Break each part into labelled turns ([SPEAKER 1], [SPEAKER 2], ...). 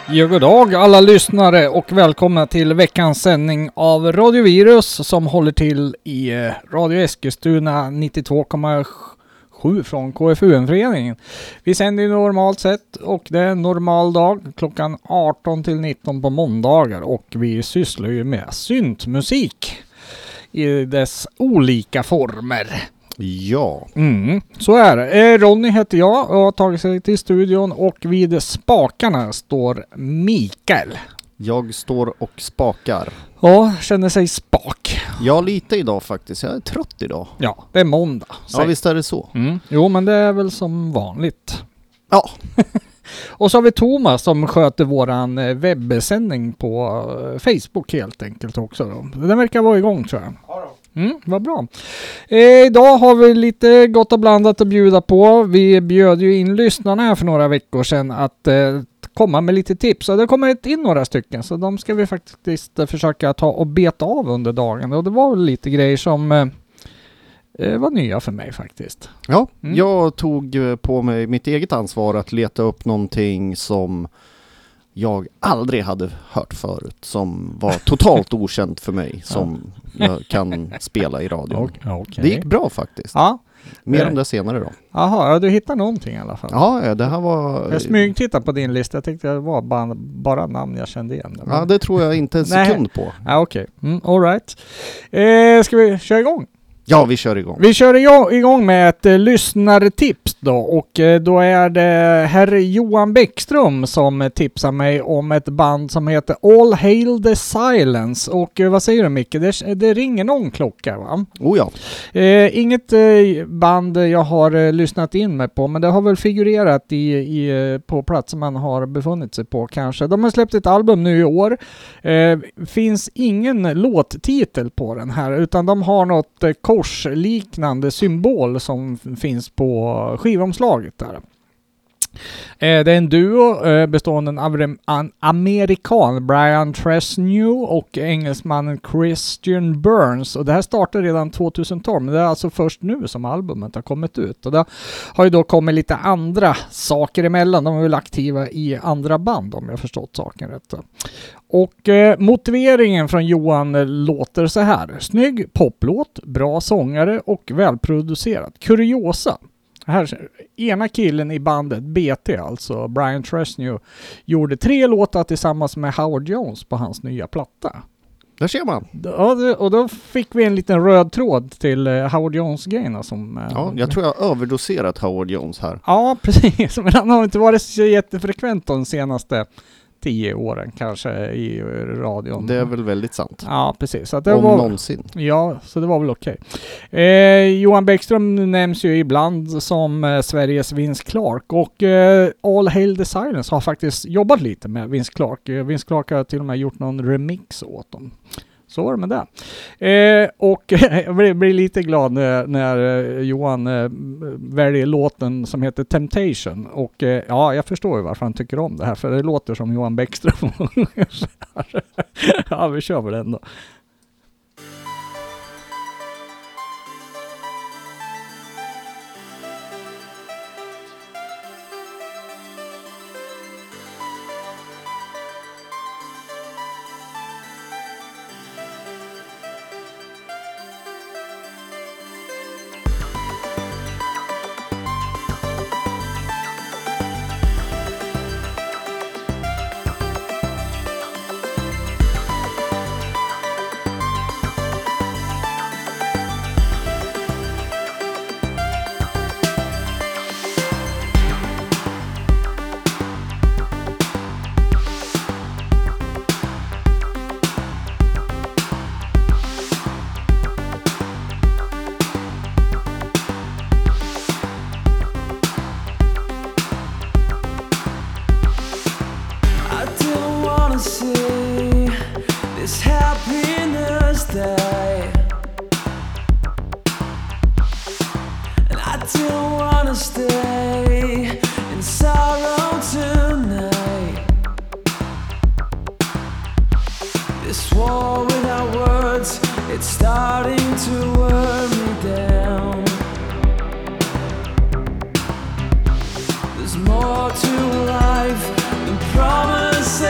[SPEAKER 1] Ja, god dag alla lyssnare och välkomna till veckans sändning av Radio Virus som håller till i Radio Eskilstuna 92,7 från KFUM-föreningen. Vi sänder ju normalt sett och det är en normal dag klockan 18 till 19 på måndagar och vi sysslar ju med syntmusik i dess olika former.
[SPEAKER 2] Ja.
[SPEAKER 1] Så är det. Ronny heter jag och har tagit sig till studion och vid spakarna står Mikael.
[SPEAKER 2] Jag står och spakar.
[SPEAKER 1] Ja, känner sig spak.
[SPEAKER 2] Ja, lite idag faktiskt. Jag är trött idag.
[SPEAKER 1] Ja, det är måndag.
[SPEAKER 2] Ja, visst är det så.
[SPEAKER 1] Jo, men det är väl som vanligt.
[SPEAKER 2] Ja.
[SPEAKER 1] Och så har vi Thomas som sköter våran webbsändning på Facebook helt enkelt också då. Den verkar vara igång tror jag. Vad bra. Idag har vi lite gott och blandat att bjuda på. Vi bjöd ju in lyssnarna här för några veckor sedan att komma med lite tips. Och det kommer in några stycken så de ska vi faktiskt försöka ta och beta av under dagen. Och det var väl lite grejer som var nya för mig faktiskt.
[SPEAKER 2] Ja, jag tog på mig mitt eget ansvar att leta upp någonting som jag aldrig hade hört förut. Som var totalt okänt för mig. Som jag kan spela i radion.
[SPEAKER 1] Okay.
[SPEAKER 2] Det gick bra faktiskt.
[SPEAKER 1] Ja.
[SPEAKER 2] Mer om det senare då.
[SPEAKER 1] Jaha, ja, du hittar någonting i alla fall.
[SPEAKER 2] Ja, det här var... Jag
[SPEAKER 1] smygtittade på din lista. Jag tänkte det var bara namn jag kände igen.
[SPEAKER 2] Ja, det tror jag inte en sekund på.
[SPEAKER 1] Ja, okej. All right. Ska vi köra igång?
[SPEAKER 2] Ja, vi kör igång.
[SPEAKER 1] Vi kör igång med ett lyssnartips då och då är det herr Johan Bäckström som tipsar mig om ett band som heter All Hail the Silence. Och vad säger du Micke? Det ringer någon klocka va?
[SPEAKER 2] Oh ja.
[SPEAKER 1] Inget band jag har lyssnat in mig på men det har väl figurerat på platser man har befunnit sig på kanske. De har släppt ett album nu i år. Finns ingen låttitel på den här utan de har något korsliknande symbol som finns på skivomslaget där. Det är en duo bestående av en amerikan Brian Tresnew och engelsmannen Christian Burns och det här startade redan 2012 men det är alltså först nu som albumet har kommit ut och det har ju då kommit lite andra saker emellan. De är väl aktiva i andra band om jag förstått saken rätt. Och motiveringen från Johan låter så här. Snygg poplåt, bra sångare och välproducerat. Kuriosa. Här, ena killen i bandet, BT alltså, Brian Tresnew, gjorde 3 låtar tillsammans med Howard Jones på hans nya platta.
[SPEAKER 2] Där ser man.
[SPEAKER 1] Och då fick vi en liten röd tråd till Howard Jones-grejerna som...
[SPEAKER 2] Ja, jag tror jag har överdoserat Howard Jones här.
[SPEAKER 1] Ja, precis. Men han har inte varit så jättefrekvent de senaste 10 åren kanske i radion.
[SPEAKER 2] Det är väl väldigt sant.
[SPEAKER 1] Ja, precis. Så att det
[SPEAKER 2] om
[SPEAKER 1] var,
[SPEAKER 2] någonsin.
[SPEAKER 1] Ja, så det var väl okej. Johan Bäckström nämns ju ibland som Sveriges Vince Clarke och All Hail the Silence har faktiskt jobbat lite med Vince Clarke. Vince Clarke har till och med gjort någon remix åt dem. Så var det med det. Och jag blir lite glad när Johan väljer låten som heter Temptation. Och ja, jag förstår ju varför han tycker om det här. För det låter som Johan Bäckström. Ja, vi kör väl den då.
[SPEAKER 3] It's starting to wear me down. There's more to life than promises.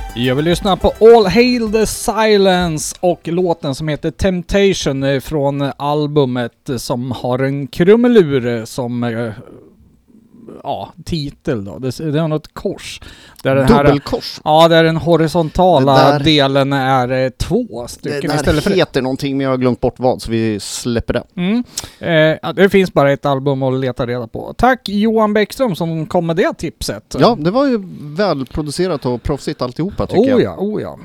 [SPEAKER 1] Jag vill lyssna på All Hail the Silence och låten som heter Temptation från albumet som har en krumelur som titel då. Det är något kors. Där
[SPEAKER 2] Dubbelkors?
[SPEAKER 1] Ja, där den horisontala delen är 2 stycken istället för...
[SPEAKER 2] Det heter någonting men jag har glömt bort vad, så vi släpper det.
[SPEAKER 1] Det finns bara ett album att leta reda på. Tack Johan Bäckström som kom med det tipset.
[SPEAKER 2] Ja, det var ju välproducerat och proffsigt alltihopa tycker jag.
[SPEAKER 1] Oh ja.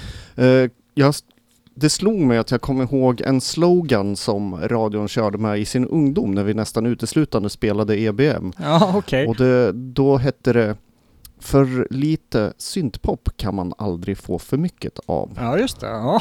[SPEAKER 2] Det slog mig att jag kommer ihåg en slogan som radion körde med i sin ungdom när vi nästan uteslutande spelade EBM.
[SPEAKER 1] Ja, okej.
[SPEAKER 2] Och då hette det: för lite syntpop kan man aldrig få för mycket av.
[SPEAKER 1] Ja, just det. Ja.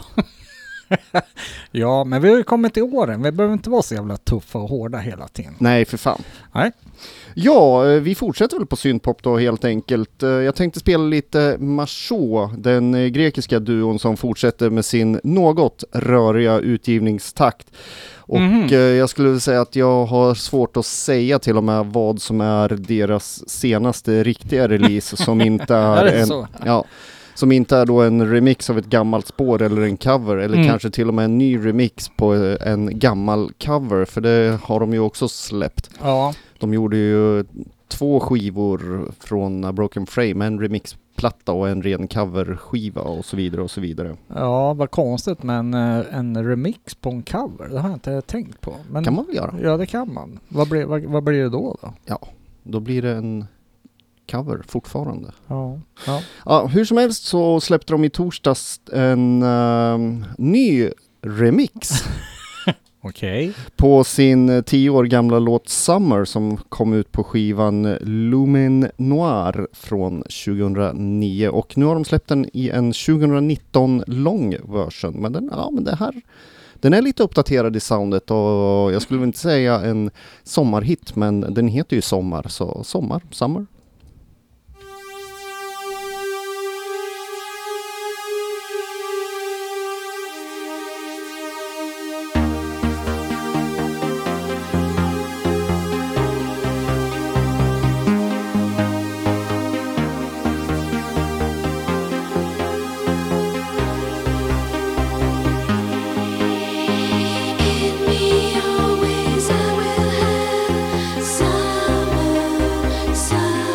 [SPEAKER 1] Ja, men vi har ju kommit till åren. Vi behöver inte vara så jävla tuffa och hårda hela tiden.
[SPEAKER 2] Nej, för fan.
[SPEAKER 1] Nej.
[SPEAKER 2] Ja, vi fortsätter väl på syntpop då helt enkelt. Jag tänkte spela lite Macho, den grekiska duon som fortsätter med sin något röriga utgivningstakt. Och jag skulle säga att jag har svårt att säga till och med vad som är deras senaste riktiga release som inte är som inte är då en remix av ett gammalt spår eller en cover eller kanske till och med en ny remix på en gammal cover, för det har de ju också släppt.
[SPEAKER 1] Ja.
[SPEAKER 2] De gjorde ju 2 skivor från A Broken Frame, en remixplatta och en ren coverskiva och så vidare och så vidare.
[SPEAKER 1] Ja, vad konstigt, men en remix på en cover, det har jag inte tänkt på. Men,
[SPEAKER 2] kan man väl göra?
[SPEAKER 1] Ja, det kan man. Vad blir det då?
[SPEAKER 2] Ja, då blir det en cover fortfarande.
[SPEAKER 1] Ja.
[SPEAKER 2] Hur som helst så släppte de i torsdags en ny remix.
[SPEAKER 1] Okej.
[SPEAKER 2] På sin 10 år gamla låt Summer som kom ut på skivan Lumen Noir från 2009. Och nu har de släppt den i en 2019 lång version. Men den är lite uppdaterad i soundet och jag skulle väl inte säga en sommarhit, men den heter ju Sommar, så Summer.
[SPEAKER 4] Summer,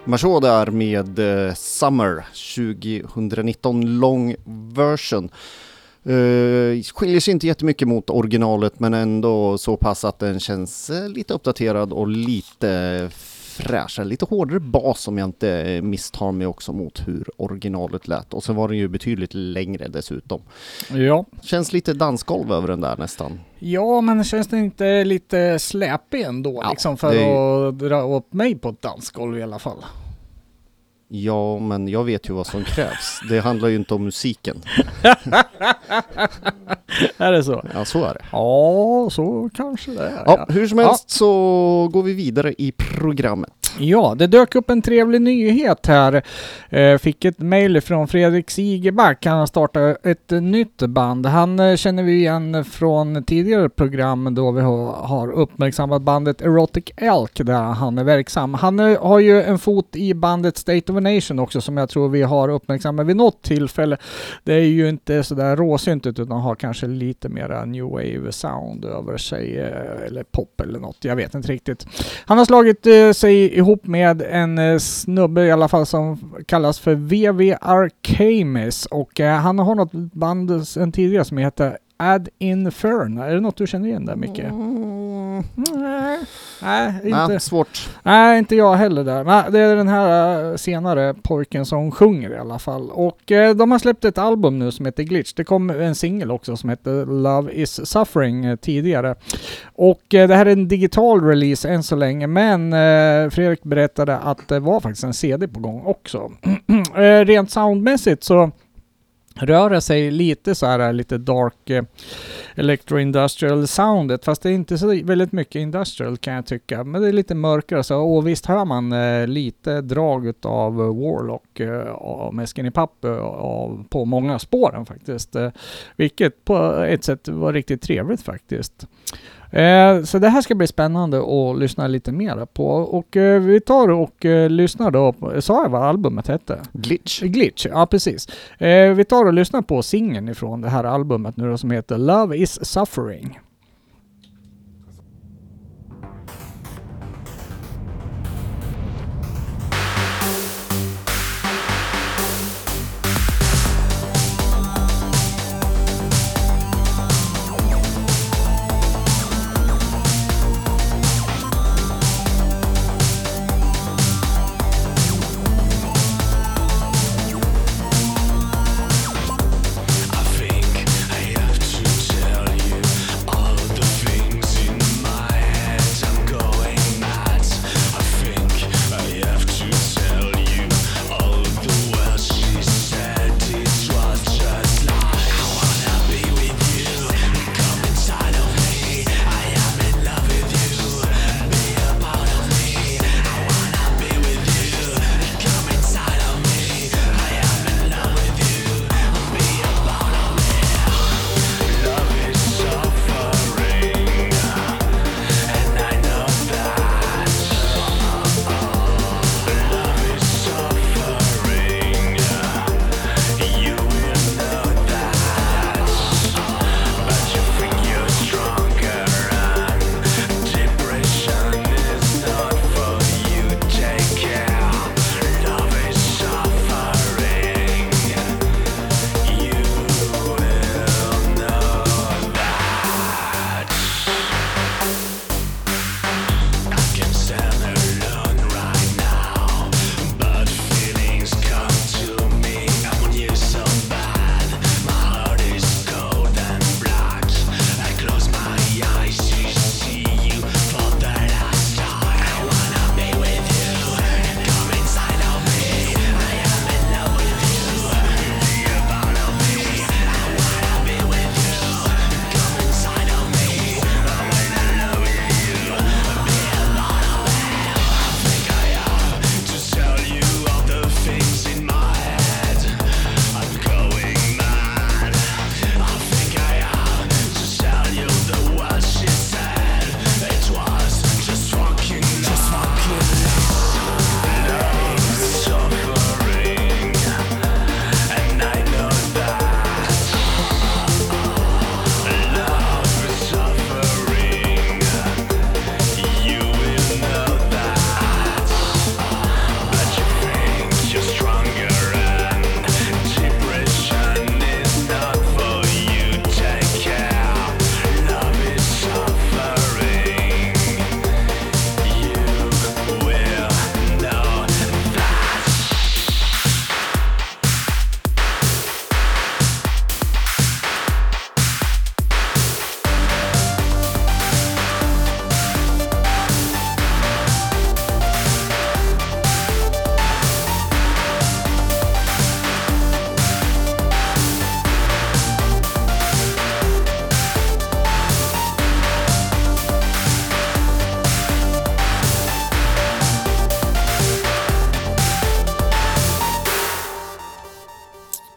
[SPEAKER 2] Marshaw där med Summer 2019 long version. Skiljer sig inte jättemycket mot originalet, men ändå så pass att den känns lite uppdaterad och lite fräschare, lite hårdare bas om jag inte misstar mig också mot hur originalet lät. Och så var den ju betydligt längre dessutom.
[SPEAKER 1] Ja.
[SPEAKER 2] Känns lite dansgolv över den där nästan.
[SPEAKER 1] Ja, men känns det inte lite släpig ändå
[SPEAKER 2] Ja,
[SPEAKER 1] liksom för att dra upp mig på ett dansgolv i alla fall?
[SPEAKER 2] Ja, men jag vet ju vad som krävs. Det handlar ju inte om musiken.
[SPEAKER 1] Är det så?
[SPEAKER 2] Ja, så är det.
[SPEAKER 1] Ja, så kanske det är.
[SPEAKER 2] Ja, hur som helst så går vi vidare i programmet.
[SPEAKER 1] Ja, det dök upp en trevlig nyhet här. Fick ett mejl från Fredrik Sigeback. Han har startat ett nytt band. Han känner vi igen från tidigare program då vi har uppmärksammat bandet Erotic Elk där han är verksam. Han har ju en fot i bandet State of a Nation också som jag tror vi har uppmärksammat vid något tillfälle. Det är ju inte sådär råsyntigt utan har kanske lite mera new wave sound över sig eller pop eller något. Jag vet inte riktigt. Han har slagit sig ihop med en snubbe i alla fall som kallas för VV Arcamis och han har något band sen tidigare som heter Ad Inferno. Är det något du känner igen där, Micke? Nej, inte.
[SPEAKER 2] Nej, svårt.
[SPEAKER 1] Nej, inte jag heller där. Nej, det är den här senare pojken som sjunger i alla fall. Och de har släppt ett album nu som heter Glitch. Det kom en singel också som heter Love is Suffering tidigare. Och det här är en digital release än så länge. Men Fredrik berättade att det var faktiskt en CD på gång också. Rent soundmässigt så rör det sig lite så här lite dark electro-industrial soundet, fast det är inte så väldigt mycket industrial kan jag tycka, men det är lite mörkare så, och visst hör man lite drag av Warlock med Skinny Puppy på många spåren faktiskt, vilket på ett sätt var riktigt trevligt faktiskt. Så det här ska bli spännande att lyssna lite mer på. Och vi tar och lyssnar då på, sa jag vad albumet hette? Glitch, ja precis. Vi tar och lyssnar på singeln ifrån det här albumet nu då, som heter Love is Suffering.
[SPEAKER 4] I think I have to tell you all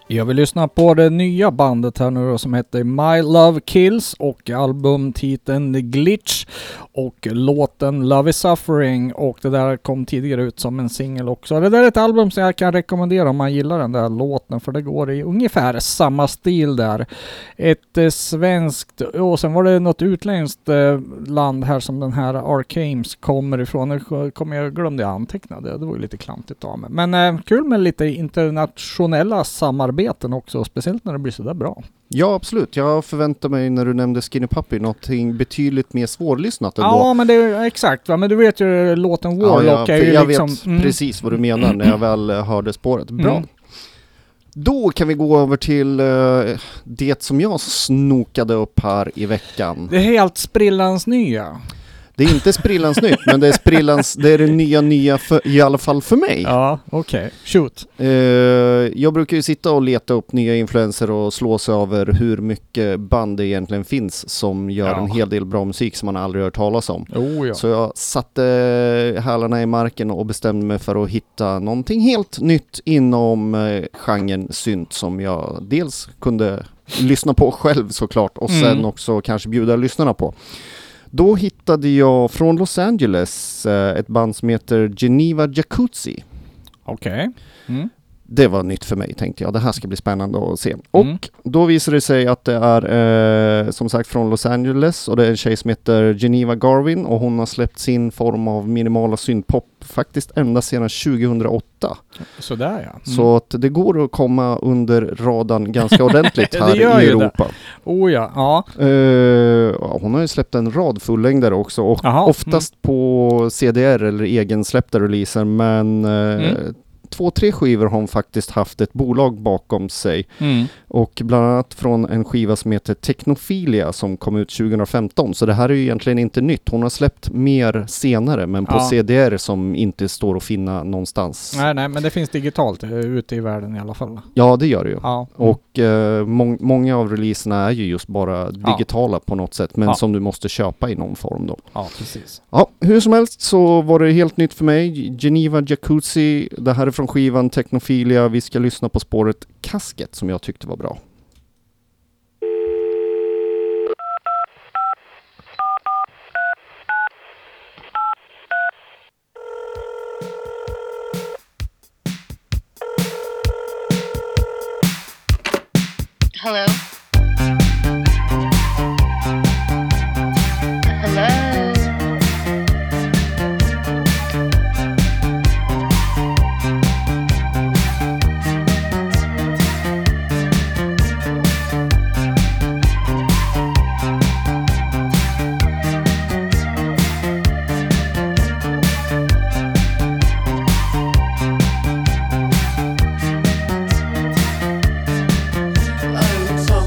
[SPEAKER 1] Jag vill lyssna på det nya bandet här nu då, som heter My Love Kills och albumtiteln The Glitch och låten Love is Suffering, och det där kom tidigare ut som en singel också. Det där är ett album som jag kan rekommendera om man gillar den där låten, för det går i ungefär samma stil där. Ett svenskt, och sen var det något utländskt land här som den här Arcames kommer ifrån. Nu glömde jag anteckna det var ju lite klantigt av mig. Men kul med lite internationella samarbeten också, speciellt när det blir så där bra.
[SPEAKER 2] Ja, absolut. Jag förväntar mig när du nämnde Skinny Puppy någonting betydligt mer svårlyssnat ändå.
[SPEAKER 1] Ja, men det är exakt. Va? Men du vet ju låten Warlock är ju
[SPEAKER 2] jag
[SPEAKER 1] liksom...
[SPEAKER 2] vet precis vad du menar när jag väl hörde spåret. Bra. Då kan vi gå över till det som jag snokade upp här i veckan.
[SPEAKER 1] Det är helt sprillans nya.
[SPEAKER 2] Det är inte sprillans nytt, men det är det nya i alla fall för mig.
[SPEAKER 1] Ja, okej. Shoot.
[SPEAKER 2] Jag brukar ju sitta och leta upp nya influenser och slå sig över hur mycket band det egentligen finns som gör en hel del bra musik som man aldrig hört talas om.
[SPEAKER 1] Oh, ja.
[SPEAKER 2] Så jag satte hälarna i marken och bestämde mig för att hitta någonting helt nytt inom genren synt som jag dels kunde lyssna på själv såklart och sen också kanske bjuda lyssnarna på. Då hittade jag från Los Angeles ett band som heter Geneva Jacuzzi.
[SPEAKER 1] Okej.
[SPEAKER 2] Det var nytt för mig, tänkte jag. Det här ska bli spännande att se. Och då visade det sig att det är som sagt från Los Angeles och det är en tjej som heter Geneva Garvin och hon har släppt sin form av minimala synpop faktiskt ända sedan 2008.
[SPEAKER 1] Sådär ja.
[SPEAKER 2] Så att det går att komma under radarn ganska ordentligt här i Europa.
[SPEAKER 1] Oh ja, ja.
[SPEAKER 2] Hon har ju släppt en rad fullängdare också och oftast på CDR eller egensläppta releaser, men 2-3 skivor har hon faktiskt haft ett bolag bakom sig. Och bland annat från en skiva som heter Technophilia som kom ut 2015. Så det här är ju egentligen inte nytt. Hon har släppt mer senare, men på CDR som inte står att finna någonstans.
[SPEAKER 1] Nej, men det finns digitalt ute i världen i alla fall.
[SPEAKER 2] Ja, det gör det ju.
[SPEAKER 1] Ja.
[SPEAKER 2] Och många av releaserna är ju just bara digitala på något sätt, men som du måste köpa i någon form då.
[SPEAKER 1] Ja, precis.
[SPEAKER 2] Ja, hur som helst så var det helt nytt för mig. Geneva Jacuzzi, det här är från skivan Technophilia. Vi ska lyssna på spåret Kasket som jag tyckte var bra.
[SPEAKER 4] Hello? Hello?
[SPEAKER 3] I will talk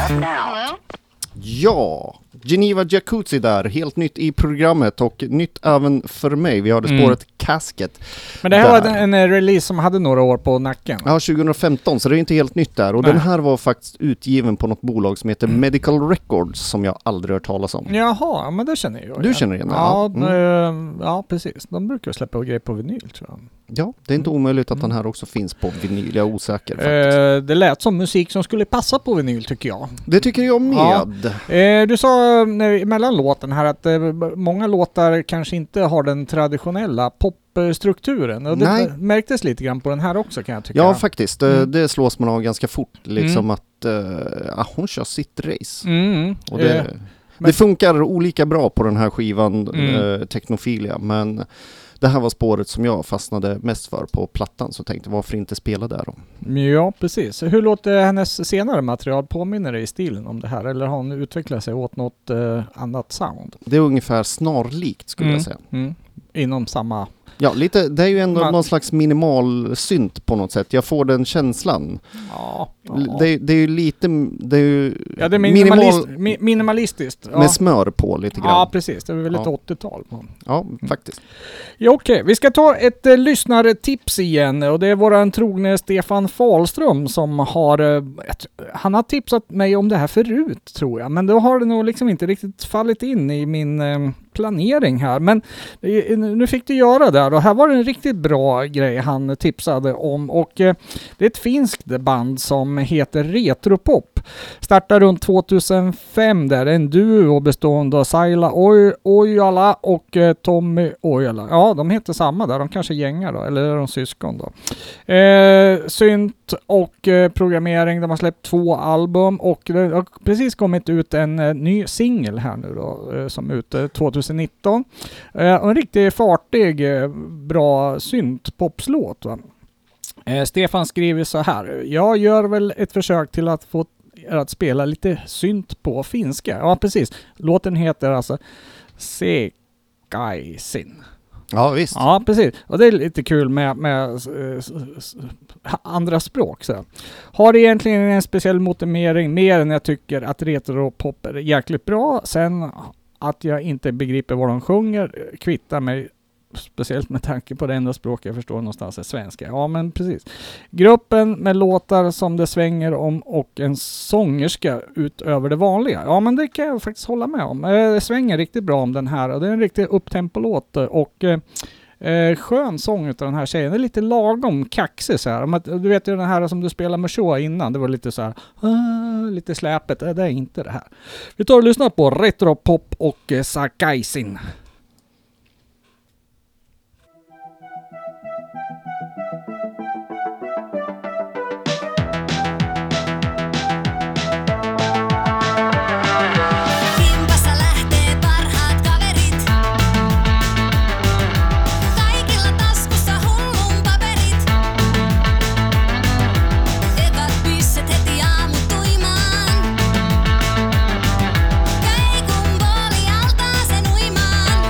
[SPEAKER 4] Hello?
[SPEAKER 2] Ja, Geneva Jacuzzi där, helt nytt i programmet och nytt även för mig. Vi hörde spåret Casket.
[SPEAKER 1] Men det här var en release som hade några år på nacken.
[SPEAKER 2] Ja, 2015, så det är inte helt nytt där. Och den här var faktiskt utgiven på något bolag som heter Medical Records som jag aldrig hört talas om.
[SPEAKER 1] Jaha, men det känner jag.
[SPEAKER 2] Du känner igen det?
[SPEAKER 1] Ja, precis. De brukar släppa grejer på vinyl, tror jag.
[SPEAKER 2] Ja, det är inte omöjligt att den här också finns på vinyl. Jag är osäker faktiskt.
[SPEAKER 1] Det lät som musik som skulle passa på vinyl, tycker jag.
[SPEAKER 2] Det tycker jag med.
[SPEAKER 1] Ja. Du sa mellan låten här att många låtar kanske inte har den traditionella popstrukturen. Och det märktes lite grann på den här också, kan jag tycka.
[SPEAKER 2] Ja, faktiskt. Det slås man av ganska fort. Liksom att hon kör sitt race. Och det funkar olika bra på den här skivan, Technophilia. Men det här var spåret som jag fastnade mest för på plattan, så tänkte varför inte spela där då?
[SPEAKER 1] Ja, precis. Hur låter hennes senare material? Påminner det i stilen om det här? Eller har hon utvecklat sig åt något annat sound?
[SPEAKER 2] Det är ungefär snarlikt, skulle jag säga.
[SPEAKER 1] Inom samma...
[SPEAKER 2] Ja, lite, det är ju ändå någon slags minimal synt på något sätt. Jag får den känslan.
[SPEAKER 1] Ja.
[SPEAKER 2] Det är ju lite... Det är ju
[SPEAKER 1] det är minimalistiskt. Ja.
[SPEAKER 2] Med smör på lite grann.
[SPEAKER 1] Ja, precis. Det är väl lite 80-tal.
[SPEAKER 2] Ja, faktiskt.
[SPEAKER 1] Ja, okej. Vi ska ta ett lyssnartips igen. Och det är våran trogne Stefan Fahlström som har... han har tipsat mig om det här förut, tror jag. Men då har det nog liksom inte riktigt fallit in i min planering här. Men nu fick du göra det. Och här var det en riktigt bra grej han tipsade om. Och det är ett finskt band som heter Retropop. Startar runt 2005 där. En duo bestående av Saila Ojala och Tommy Ojala. Ja, de heter samma där. De kanske gängar då. Eller är de syskon då. Synt och programmering. De har släppt 2 album. Och det har precis kommit ut en ny singel här nu då. Som är ute 2019. En riktigt fartig, bra synt-popslåt, va? Stefan skriver så här: jag gör väl ett försök till att få att spela lite synt på finska. Ja, precis. Låten heter alltså Sekaisin.
[SPEAKER 2] Ja, visst.
[SPEAKER 1] Ja, precis. Och det är lite kul med andra språk. Så. Har egentligen en speciell motivering mer än jag tycker att retropop är jäkligt bra. Sen att jag inte begriper vad de sjunger kvittar mig, speciellt med tanke på det enda språk jag förstår någonstans är svenska. Ja, men precis. Gruppen med låtar som det svänger om och en sångerska utöver det vanliga. Ja, men det kan jag faktiskt hålla med om. Det svänger riktigt bra om den här och det är en riktig upptempo-låt och skön sång utav den här tjejen. Det är lite lagom kaxig så här. Du vet ju den här som du spelade med Shoa innan. Det var lite så här lite släpet. Det är inte det här. Vi tar och lyssnar på Retropop och Sakaisin.
[SPEAKER 5] Käi kun puoli altaa sen uimaan.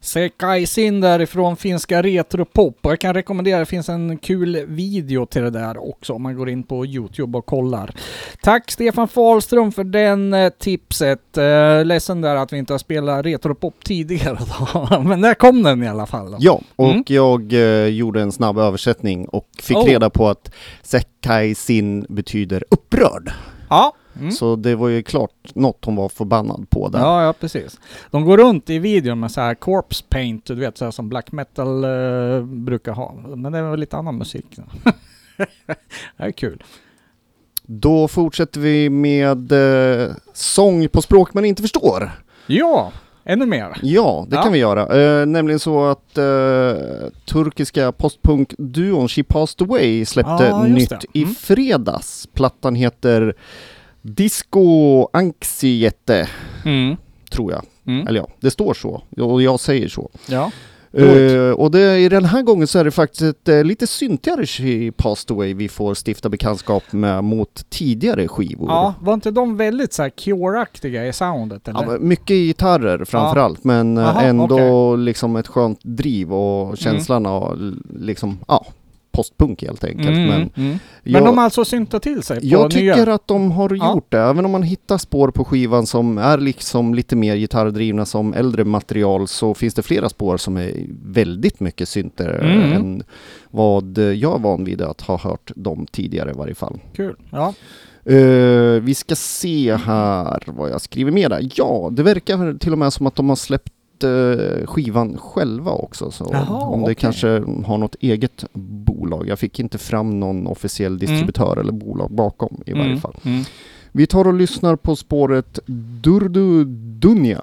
[SPEAKER 1] Sekaisin därifrån finska retropop. Och jag kan rekommendera, det finns en kul video till det där också om man går in på YouTube och kollar. Tack Stefan Fahlström för den tipset. Ledsen där att vi inte har spelat retropop tidigare då. Men där kom den i alla fall då.
[SPEAKER 2] Ja, och jag gjorde en snabb översättning och fick reda på att Sekaisin betyder upprörd.
[SPEAKER 1] Ja.
[SPEAKER 2] Så det var ju klart något hon var förbannad på där.
[SPEAKER 1] Ja, precis. De går runt i videon med så här corpse paint, du vet, så här som black metal brukar ha. Men det är väl lite annan musik. Det är kul.
[SPEAKER 2] Då fortsätter vi med sång på språk man inte förstår.
[SPEAKER 1] Ja, ännu mer.
[SPEAKER 2] Ja, det kan vi göra. Nämligen så att turkiska postpunk-duon She Passed Away släppte nytt i fredags. Plattan heter Disco Anxiety, tror jag. Eller ja, det står så. Och jag säger så.
[SPEAKER 1] Ja.
[SPEAKER 2] Och i den här gången så är det faktiskt ett lite syntigare She Passed Away vi får stifta bekantskap med mot tidigare skivor.
[SPEAKER 1] Ja, var inte de väldigt så här Cure-aktiga i soundet? Eller?
[SPEAKER 2] Ja, mycket gitarrer framförallt, men ändå liksom ett skönt driv och känslan av liksom, postpunk helt enkelt.
[SPEAKER 1] Men de har alltså syntat till sig på
[SPEAKER 2] jag tycker
[SPEAKER 1] nya.
[SPEAKER 2] att de har gjort det, även om man hittar spår på skivan som är liksom lite mer gitarrdrivna som äldre material, så finns det flera spår som är väldigt mycket synter än vad jag är van vid att ha hört dem tidigare i varje fall.
[SPEAKER 1] Kul, ja.
[SPEAKER 2] Vi ska se här vad jag skriver med där. Ja, det verkar till och med som att de har släppt skivan själva också, så om det kanske har något eget bolag. Jag fick inte fram någon officiell distributör eller bolag bakom i varje fall. Vi tar och lyssnar på spåret Durdu Dunja.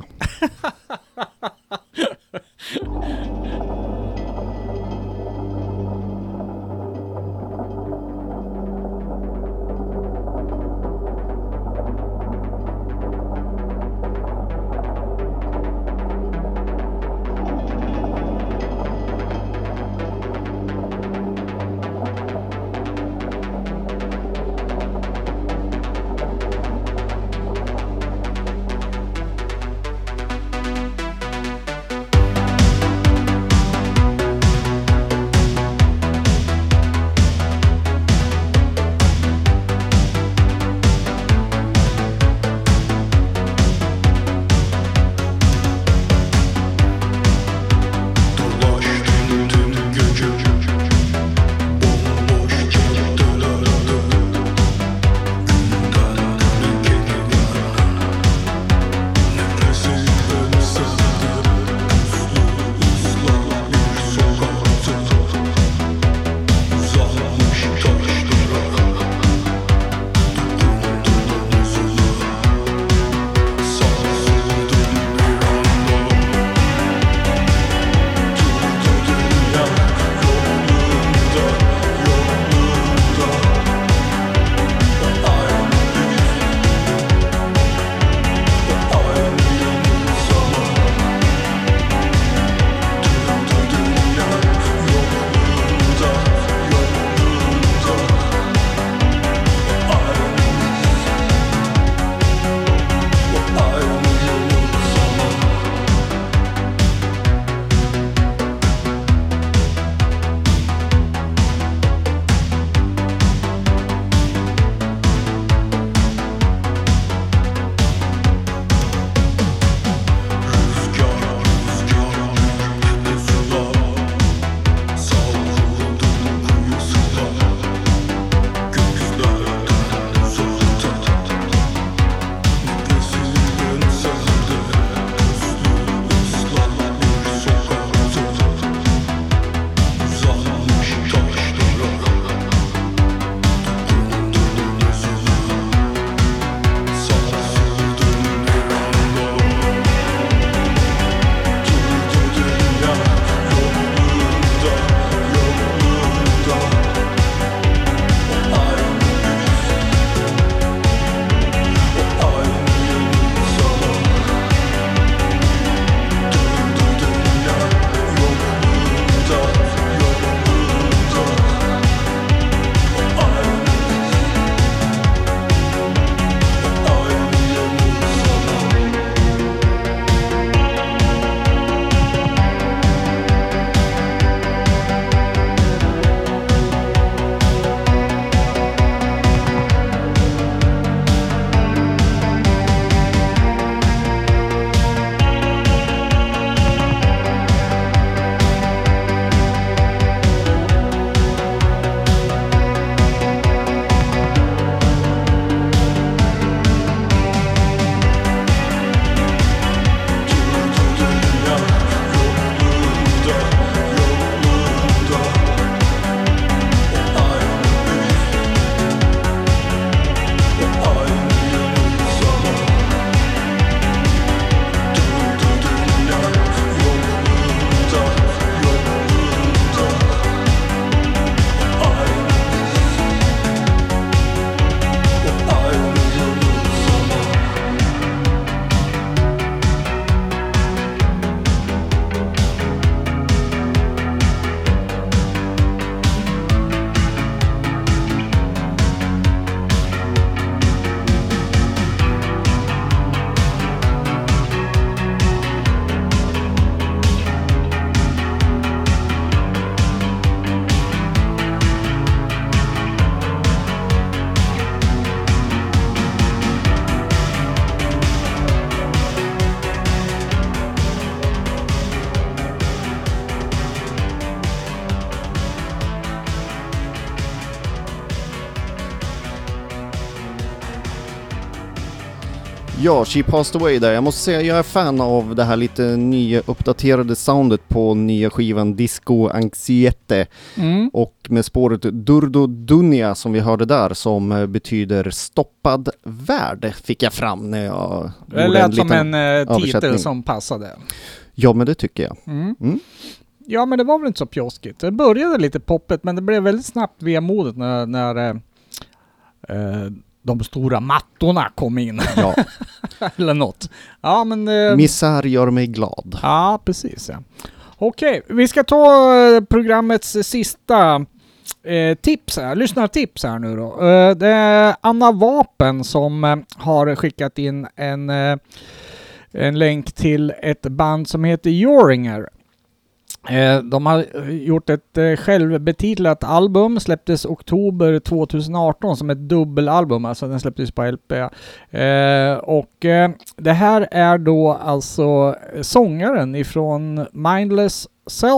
[SPEAKER 2] Ja, She Passed Away där. Jag måste säga jag är fan av det här lite nya uppdaterade soundet på nya skivan Disco Anxiete. Och med spåret Durdo Dunia som vi hörde där, som betyder stoppad värld, fick jag fram när jag
[SPEAKER 1] det lät som en titel som passade.
[SPEAKER 2] Ja, men det tycker jag.
[SPEAKER 1] Ja, men det var väl inte så pjoskigt. Det började lite poppet, men det blev väldigt snabbt vemodigt när de stora mattorna kom in.
[SPEAKER 2] Ja.
[SPEAKER 1] Eller något. Ja, men...
[SPEAKER 2] Misär gör mig glad.
[SPEAKER 1] Ja, precis. Ja. Okej, vi ska ta programmets sista tips här. Lyssnartips här nu då. Det är Anna Vapen som har skickat in en länk till ett band som heter Joringer. De har gjort ett självbetitlat album, släpptes oktober 2018 som ett dubbelalbum, alltså den släpptes på LP. Och det här är då alltså sångaren ifrån Mindless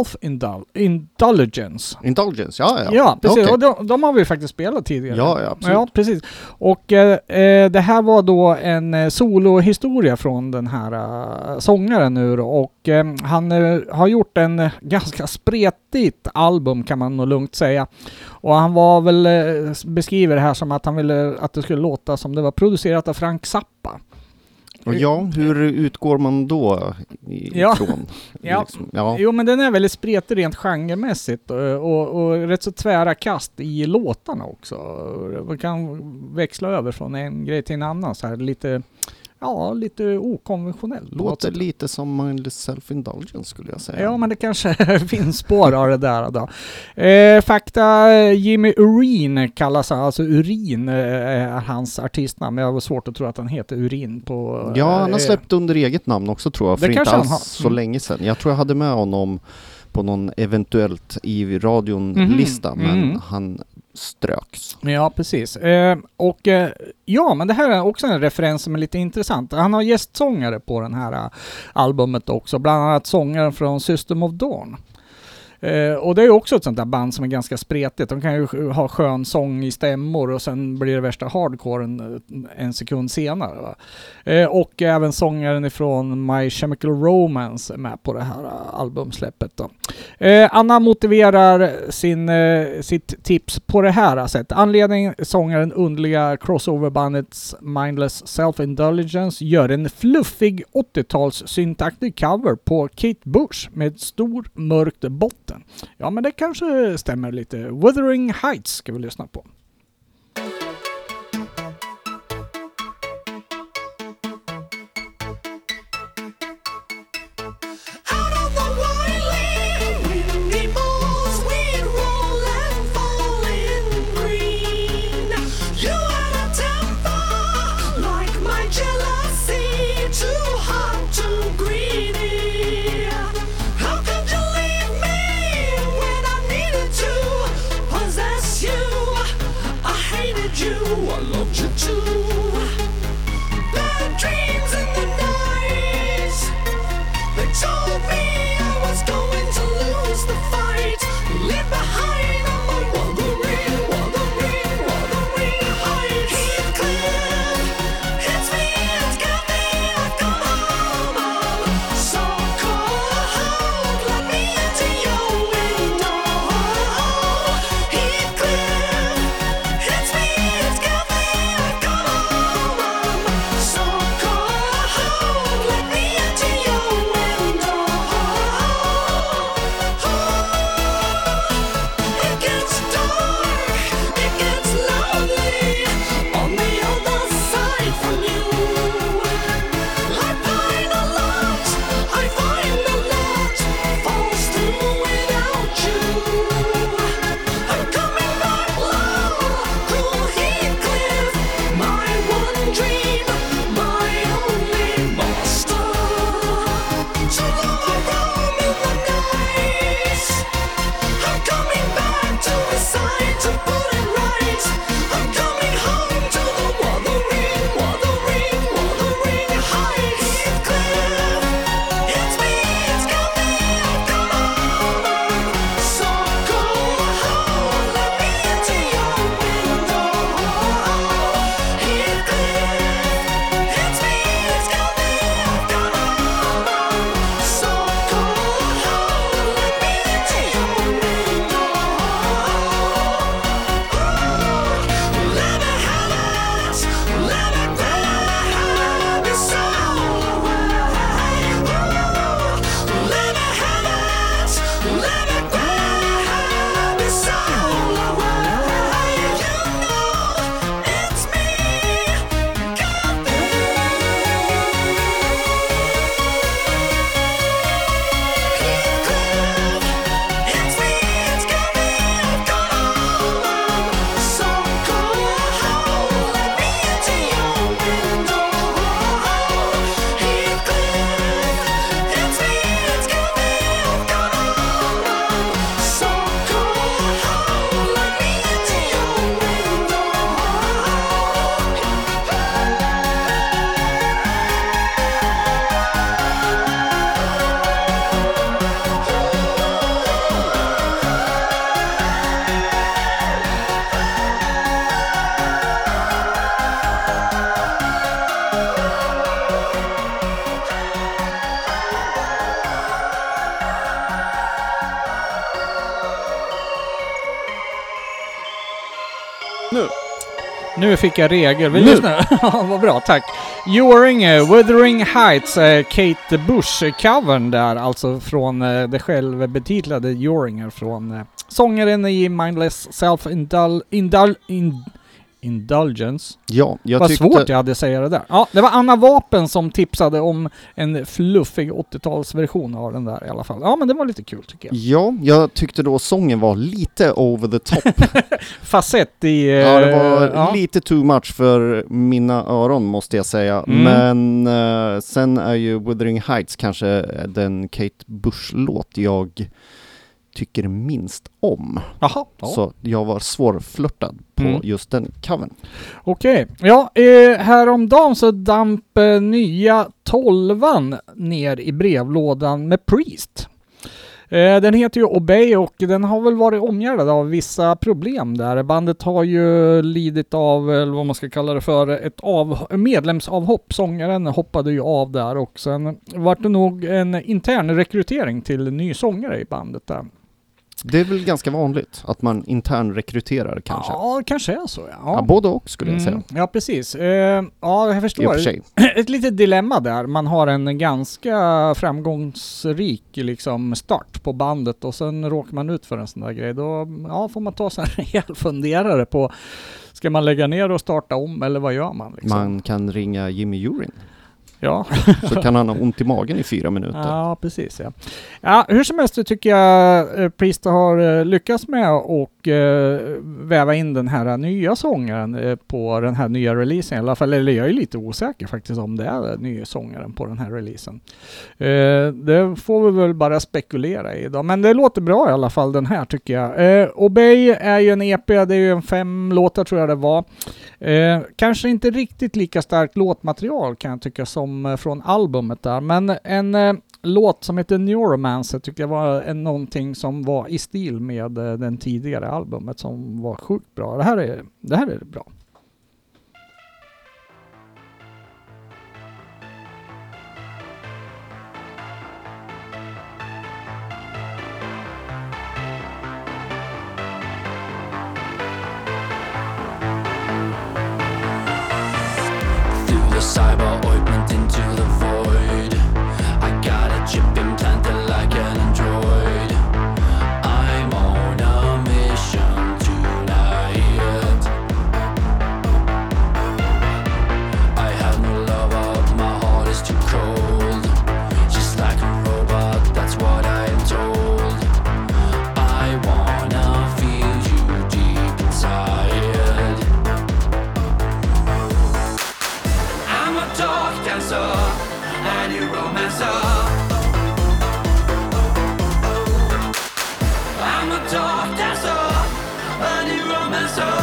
[SPEAKER 1] Self-Indulgence.
[SPEAKER 2] Indulgence, ja.
[SPEAKER 1] Ja, precis.
[SPEAKER 2] Okay.
[SPEAKER 1] Och de har vi faktiskt spelat tidigare.
[SPEAKER 2] Ja, absolut.
[SPEAKER 1] Ja, precis. Och det här var då en solohistoria från den här sångaren nu då. Och han har gjort en ganska spretigt album, kan man nog lugnt säga. Och han var väl beskriver det här som att han ville att det skulle låta som det var producerat av Frank Zappa.
[SPEAKER 2] Och ja, hur utgår man då ifrån?
[SPEAKER 1] Ja.
[SPEAKER 2] Liksom, ja.
[SPEAKER 1] Jo, men den är väldigt spretig rent genremässigt och rätt så tvära kast i låtarna också. Man kan växla över från en grej till en annan så här lite okonventionell.
[SPEAKER 2] Låter lite som Mindless Self-Indulgence skulle jag säga.
[SPEAKER 1] Ja, men det kanske finns spår av det där då. Fakta, Jimmy Urin kallas han, alltså Urin är hans artistnamn, men jag var svårt att tro att han heter Urin på...
[SPEAKER 2] Ja, han har släppt under eget namn också tror jag, för inte alls så länge sedan. Jag tror jag hade med honom på någon eventuellt i radion-lista, men han ströks.
[SPEAKER 1] Ja, precis. Ja, men det här är också en referens som är lite intressant. Han har gästsångare på den här albumet också, bland annat sångaren från System of Dawn. Och det är också ett sånt där band som är ganska spretigt. De kan ju ha skön sång i stämmor och sen blir det värsta hardcore en sekund senare. Va? Och även sångaren ifrån My Chemical Romance är med på det här albumsläppet då. Anna motiverar sitt tips på det här sättet. Anledningen sångaren underliga crossoverbandets Mindless Self-Indulgence gör en fluffig 80-tals syntaktig cover på Kate Bush med stor mörkt botten. Ja, men det kanske stämmer lite. Wuthering Heights ska vi lyssna på.
[SPEAKER 5] It's me, it's got me, I've got
[SPEAKER 1] Nu fick jag regel. Vill
[SPEAKER 2] Nu.
[SPEAKER 1] du lyssna? Ja, vad bra, tack. Ewing, Wuthering Heights, Kate Bush-covern där, alltså från det självbetitlade Ewing från sångaren i Mindless Self-Indulgence.
[SPEAKER 2] Ja, jag
[SPEAKER 1] Vad
[SPEAKER 2] tyckte...
[SPEAKER 1] svårt jag hade att säga det där. Ja, det var Anna Vapen som tipsade om en fluffig 80-talsversion av den där i alla fall. Ja, men det var lite kul tycker jag.
[SPEAKER 2] Ja, jag tyckte då sången var lite over the top.
[SPEAKER 1] Facett i...
[SPEAKER 2] Ja, det var
[SPEAKER 1] ja.
[SPEAKER 2] lite too much för mina öron måste jag säga.
[SPEAKER 1] Mm.
[SPEAKER 2] Men sen är ju Wuthering Heights kanske den Kate Bush-låt jag tycker minst om.
[SPEAKER 1] Jaha. Ja.
[SPEAKER 2] Så jag var svårflörtad på just den covern.
[SPEAKER 1] Okej. Ja, häromdagen så damp nya 12an ner i brevlådan med Priest. Den heter ju Obey och den har väl varit omgärdad av vissa problem där. Bandet har ju lidit av, eller vad man ska kalla det för, ett medlemsavhopp. Sångaren hoppade ju av där och sen var det nog en intern rekrytering till ny sångare i bandet där.
[SPEAKER 2] Det är väl ganska vanligt att man intern rekryterar kanske.
[SPEAKER 1] Ja, kanske är så.
[SPEAKER 2] Ja, både och skulle jag säga.
[SPEAKER 1] Ja, precis. Ja, jag förstår.
[SPEAKER 2] I och för sig.
[SPEAKER 1] Ett litet dilemma där. Man har en ganska framgångsrik liksom, start på bandet och sen råkar man ut för en sån där grej. Då får man ta sig en rejäl funderare på, ska man lägga ner och starta om eller vad gör man? Liksom?
[SPEAKER 2] Man kan ringa Jimmy Urin.
[SPEAKER 1] Ja.
[SPEAKER 2] Så kan han ha ont i magen i 4 minuter.
[SPEAKER 1] Ja, precis. Ja, hur som helst tycker jag Priest har lyckats med och väva in den här nya sångaren på den här nya releasen. I alla fall, eller jag är lite osäker faktiskt om det är den nya sångaren på den här releasen. Det får vi väl bara spekulera i idag. Men det låter bra i alla fall den här tycker jag. Obey är ju en EP, det är ju en 5 låtar tror jag det var. Kanske inte riktigt lika starkt låtmaterial kan jag tycka som från albumet där, men en låt som heter Neuromancer tyckte jag var någonting som var i stil med den tidigare albumet som var sjukt bra. Det här är bra.
[SPEAKER 3] The cyber ointment into the void. I got a chip implanted like an android. I'm on a mission tonight. I have no lover, my heart is too cold. Just like a robot, that's what I am told. I wanna feel you deep inside. Dark dancer and you romancer. I'm a dark dancer and you romancer.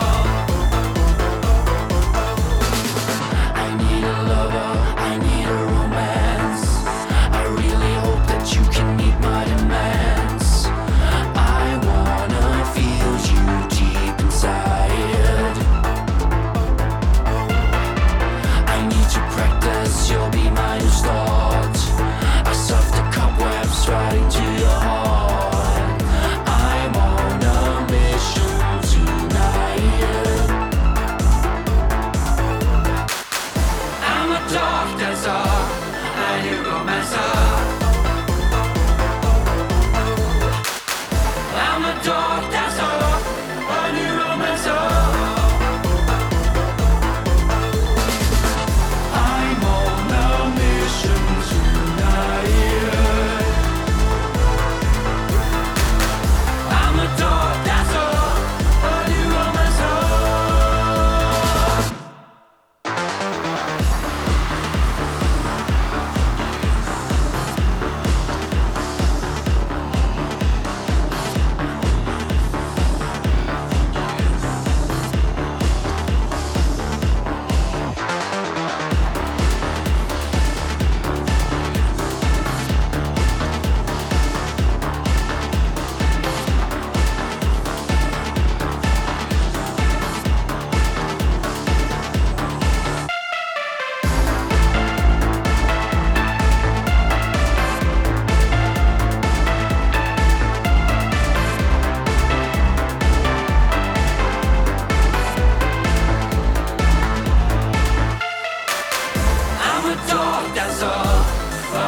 [SPEAKER 3] I need a lover, I need a romance. I really hope that you can meet my demands. I wanna feel you deep inside. I need to practice, you'll be my new start.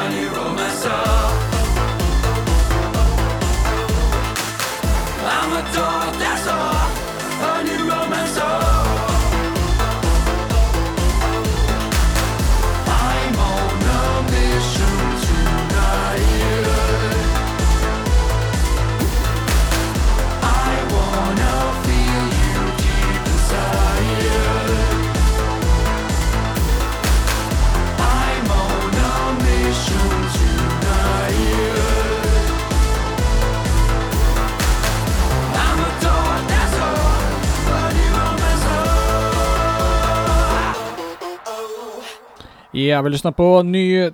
[SPEAKER 3] new romancer. I'm a dog, that's all. A new romancer. I'm on a mission tonight. I wanna feel you deep inside. I'm on a mission tonight. I'm a dog, that's all. A new romancer.
[SPEAKER 1] Ja, vi lyssnar på ny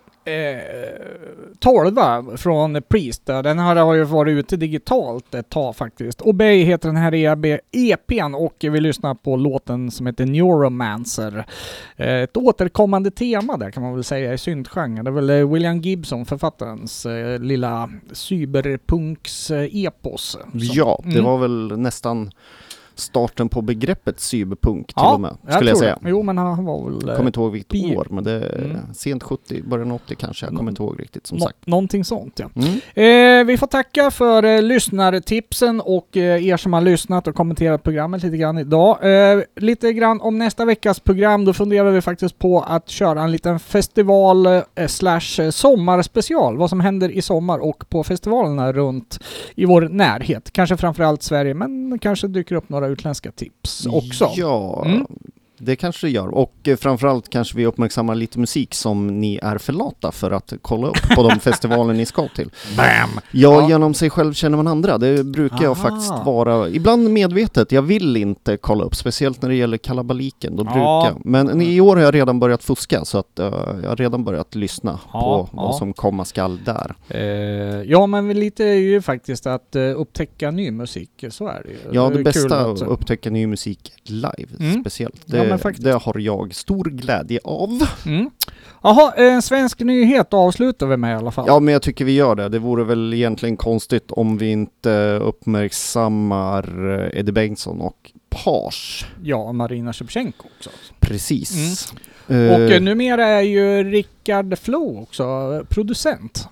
[SPEAKER 1] 12 från Priest. Den här har ju varit ute digitalt ett tag faktiskt. Obey heter den här EP:n och vi lyssnar på låten som heter Neuromancer. Ett återkommande tema där kan man väl säga i syntgenren. Det är väl William Gibson, författarens lilla cyberpunks-epos.
[SPEAKER 2] Ja, det var väl nästan starten på begreppet cyberpunk till och med, skulle jag säga.
[SPEAKER 1] Det. Jo, men han var väl...
[SPEAKER 2] Jag kommer inte ihåg vilket år, men det är sent 70, början 80 kanske. Jag kommer inte ihåg riktigt, som sagt.
[SPEAKER 1] Någonting sånt, ja.
[SPEAKER 2] Mm.
[SPEAKER 1] Vi får tacka för lyssnartipsen och er som har lyssnat och kommenterat programmet lite grann idag. Lite grann om nästa veckas program, då funderar vi faktiskt på att köra en liten festival / sommarspecial. Vad som händer i sommar och på festivalerna runt i vår närhet. Kanske framförallt Sverige, men kanske dyker upp några utländska tips också.
[SPEAKER 2] Ja, det kanske det gör. Och framförallt kanske vi uppmärksammar lite musik som ni är för lata för att kolla upp på de festivaler ni ska till.
[SPEAKER 1] Bam!
[SPEAKER 2] Ja, genom sig själv känner man andra. Det brukar jag faktiskt vara, ibland medvetet. Jag vill inte kolla upp, speciellt när det gäller kalabaliken. Då brukar. Men i år har jag redan börjat fuska, så att jag har redan börjat lyssna på vad som komma skall där.
[SPEAKER 1] Ja, men lite är ju faktiskt att upptäcka ny musik, så är det ju.
[SPEAKER 2] Ja,
[SPEAKER 1] det
[SPEAKER 2] det bästa är
[SPEAKER 1] att
[SPEAKER 2] att upptäcka ny musik live, speciellt. Det har jag stor glädje av.
[SPEAKER 1] Jaha, en svensk nyhet avslutar vi med i alla fall.
[SPEAKER 2] Ja, men jag tycker vi gör det. Det vore väl egentligen konstigt om vi inte uppmärksammar Eddie Bengtsson och Page.
[SPEAKER 1] Ja, Marina Shevchenko också.
[SPEAKER 2] Precis.
[SPEAKER 1] Och numera är ju Rickard Flo också producent.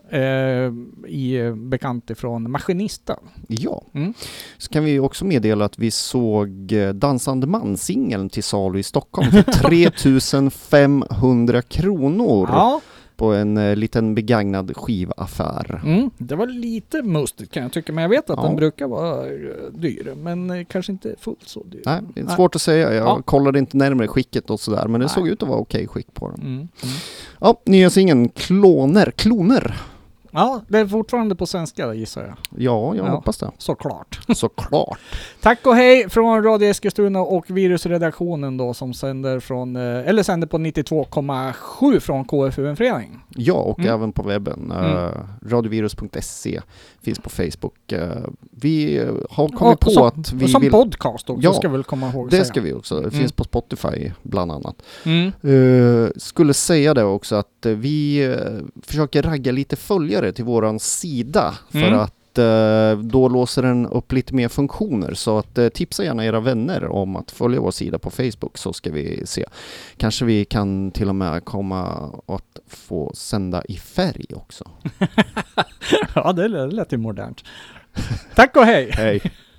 [SPEAKER 1] Bekant ifrån Maskinista.
[SPEAKER 2] Ja. Så kan vi också meddela att vi såg Dansande man-singeln till salu i Stockholm för 3500 kronor.
[SPEAKER 1] Ja.
[SPEAKER 2] På en liten begagnad skivaffär.
[SPEAKER 1] Det var lite mustigt kan jag tycka, men jag vet att den brukar vara dyr, men kanske inte fullt så dyr.
[SPEAKER 2] Nej, det är svårt att säga. Jag kollade inte närmare skicket och sådär, men det såg ut att vara okej skick på den. Ja, nya singeln Kloner.
[SPEAKER 1] Ja, det är fortfarande på svenska gissar jag.
[SPEAKER 2] Ja, jag hoppas det.
[SPEAKER 1] Såklart.
[SPEAKER 2] Tack
[SPEAKER 1] och hej från Radio Eskilstuna och Virusredaktionen då, som sänder på 92,7 från KFUM-förening.
[SPEAKER 2] Ja, och även på webben. Radiovirus.se finns på Facebook. Vi har kommit på att vi
[SPEAKER 1] som
[SPEAKER 2] vill...
[SPEAKER 1] podcast också, ska vi väl komma ihåg.
[SPEAKER 2] Det ska vi också. Det finns på Spotify bland annat. Skulle säga det också att vi försöker ragga lite följare till våran sida för att då låser den upp lite mer funktioner, så att tipsa gärna era vänner om att följa vår sida på Facebook, så ska vi se. Kanske vi kan till och med komma att få sända i färg också.
[SPEAKER 1] Ja, det lät ju modernt. Tack och hej!
[SPEAKER 2] Hej!